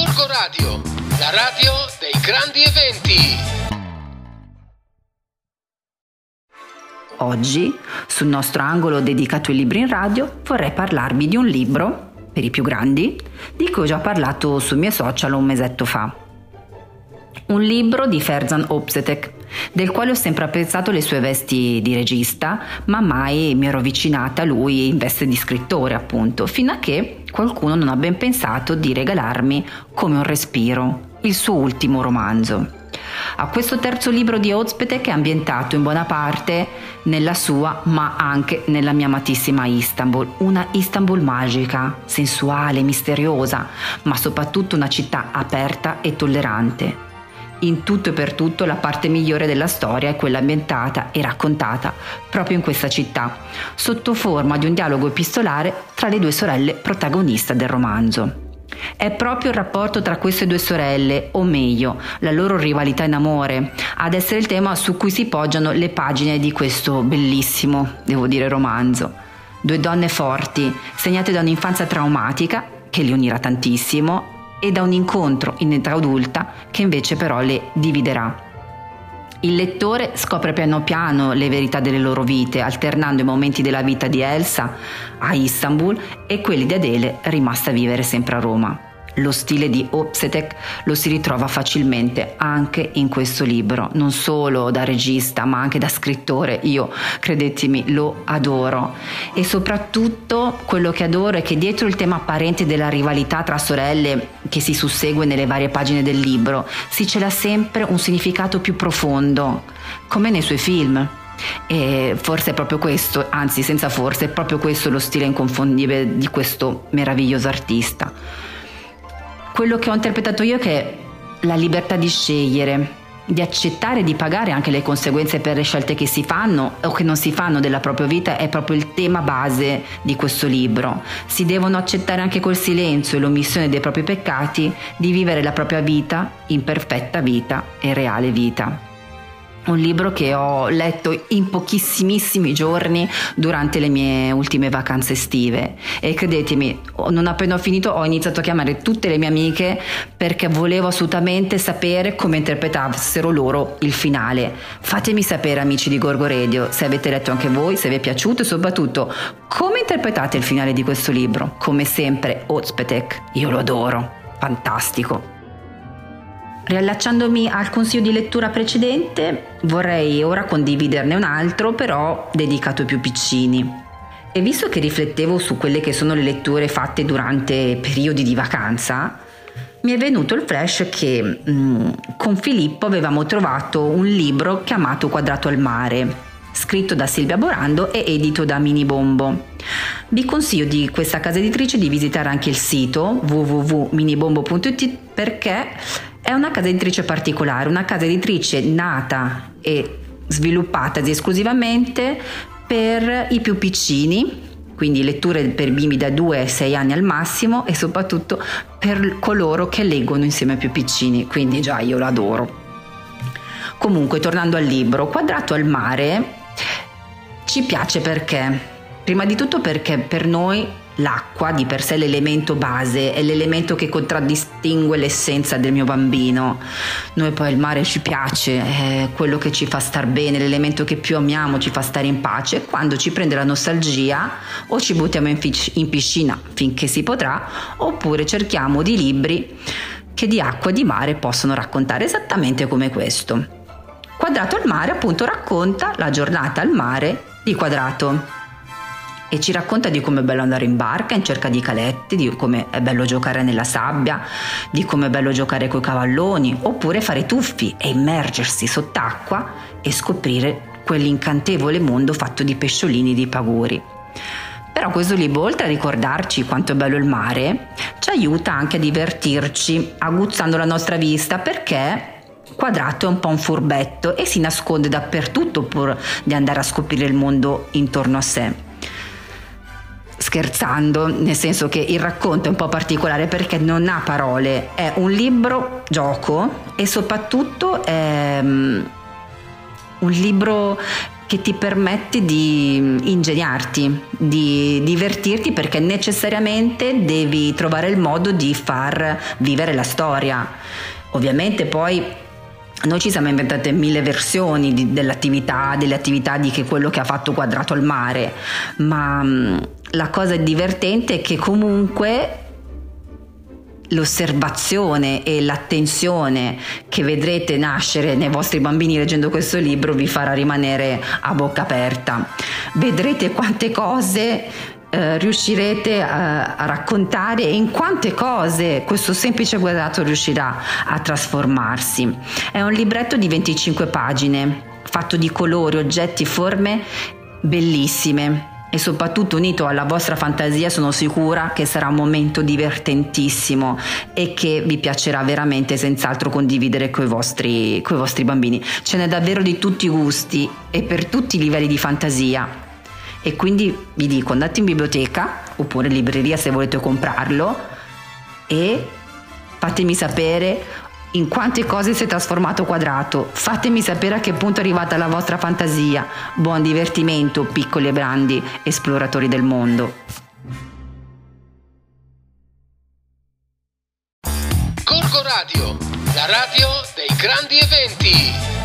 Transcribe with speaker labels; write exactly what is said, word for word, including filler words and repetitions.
Speaker 1: Gorgo Radio, la radio dei grandi eventi.
Speaker 2: Oggi, sul nostro angolo dedicato ai libri in radio, vorrei parlarvi di un libro, per i più grandi, di cui ho già parlato sui miei social un mesetto fa. Un libro di Ferzan Özpetek, del quale ho sempre apprezzato le sue vesti di regista, ma mai mi ero avvicinata a lui in veste di scrittore, appunto, fino a che qualcuno non ha ben pensato di regalarmi Come un respiro, il suo ultimo romanzo. A questo terzo libro di Özpetek è ambientato in buona parte nella sua, ma anche nella mia amatissima Istanbul, una Istanbul magica, sensuale, misteriosa, ma soprattutto una città aperta e tollerante. In tutto e per tutto la parte migliore della storia è quella ambientata e raccontata proprio in questa città, sotto forma di un dialogo epistolare tra le due sorelle protagoniste del romanzo. È proprio il rapporto tra queste due sorelle, o meglio, la loro rivalità in amore, ad essere il tema su cui si poggiano le pagine di questo bellissimo, devo dire, romanzo. Due donne forti, segnate da un'infanzia traumatica, che li unirà tantissimo, e da un incontro in età adulta che invece però le dividerà. Il lettore scopre piano piano le verità delle loro vite, alternando i momenti della vita di Elsa a Istanbul e quelli di Adele, rimasta a vivere sempre a Roma. Lo stile di Özpetek lo si ritrova facilmente anche in questo libro, non solo da regista ma anche da scrittore. Io, credetemi, lo adoro, e soprattutto quello che adoro è che dietro il tema apparente della rivalità tra sorelle che si sussegue nelle varie pagine del libro si cela sempre un significato più profondo, come nei suoi film. E forse è proprio questo, anzi senza forse, è proprio questo lo stile inconfondibile di questo meraviglioso artista. Quello che ho interpretato io è che la libertà di scegliere, di accettare e di pagare anche le conseguenze per le scelte che si fanno o che non si fanno della propria vita è proprio il tema base di questo libro. Si devono accettare anche col silenzio e l'omissione dei propri peccati di vivere la propria vita in perfetta vita e reale vita. Un libro che ho letto in pochissimissimi giorni durante le mie ultime vacanze estive, e credetemi, non appena ho finito ho iniziato a chiamare tutte le mie amiche perché volevo assolutamente sapere come interpretassero loro il finale. Fatemi sapere, amici di Gorgo Radio, se avete letto anche voi, se vi è piaciuto e soprattutto come interpretate il finale di questo libro. Come sempre Özpetek, io lo adoro, fantastico. Riallacciandomi al consiglio di lettura precedente, vorrei ora condividerne un altro, però dedicato ai più piccini. E visto che riflettevo su quelle che sono le letture fatte durante periodi di vacanza, mi è venuto il flash che mh, con Filippo avevamo trovato un libro chiamato Quadrato al mare, scritto da Silvia Borando e edito da Minibombo. Vi consiglio di questa casa editrice di visitare anche il sito w w w punto minibombo punto i t perché è una casa editrice particolare, una casa editrice nata e sviluppata esclusivamente per i più piccini, quindi letture per bimbi da due a sei anni al massimo, e soprattutto per coloro che leggono insieme ai più piccini, quindi già io lo adoro. Comunque, tornando al libro, Quadrato al mare ci piace perché, prima di tutto perché per noi l'acqua di per sé è l'elemento base, è l'elemento che contraddistingue l'essenza del mio bambino. Noi poi il mare ci piace, è quello che ci fa star bene, l'elemento che più amiamo, ci fa stare in pace. Quando ci prende la nostalgia o ci buttiamo in, fic- in piscina finché si potrà, oppure cerchiamo di libri che di acqua e di mare possono raccontare esattamente come questo. Quadrato al mare appunto racconta la giornata al mare di Quadrato e ci racconta di come è bello andare in barca in cerca di caletti, di come è bello giocare nella sabbia, di come è bello giocare coi cavalloni, oppure fare tuffi e immergersi sott'acqua e scoprire quell'incantevole mondo fatto di pesciolini di paguri. Però questo libro, oltre a ricordarci quanto è bello il mare, ci aiuta anche a divertirci aguzzando la nostra vista, perché Quadrato è un po' un furbetto e si nasconde dappertutto pur di andare a scoprire il mondo intorno a sé. Scherzando, nel senso che il racconto è un po' particolare perché non ha parole, è un libro gioco e soprattutto è um, un libro che ti permette di ingegnarti, di divertirti, perché necessariamente devi trovare il modo di far vivere la storia. Ovviamente poi noi ci siamo inventate mille versioni di, dell'attività, delle attività di che quello che ha fatto Quadrato al mare, ma mh, la cosa divertente è che comunque l'osservazione e l'attenzione che vedrete nascere nei vostri bambini leggendo questo libro vi farà rimanere a bocca aperta. Vedrete quante cose eh, riuscirete a, a raccontare e in quante cose questo semplice quadrato riuscirà a trasformarsi. È un libretto di venticinque pagine, fatto di colori, oggetti, forme bellissime. E soprattutto unito alla vostra fantasia, sono sicura che sarà un momento divertentissimo e che vi piacerà veramente, senz'altro, condividere coi vostri, coi vostri bambini. Ce n'è davvero di tutti i gusti e per tutti i livelli di fantasia. E quindi vi dico, andate in biblioteca oppure in libreria se volete comprarlo e fatemi sapere in quante cose si è trasformato Quadrato. Fatemi sapere a che punto è arrivata la vostra fantasia. Buon divertimento, piccoli e grandi esploratori del mondo.
Speaker 1: Gorgo Radio, la radio dei grandi eventi.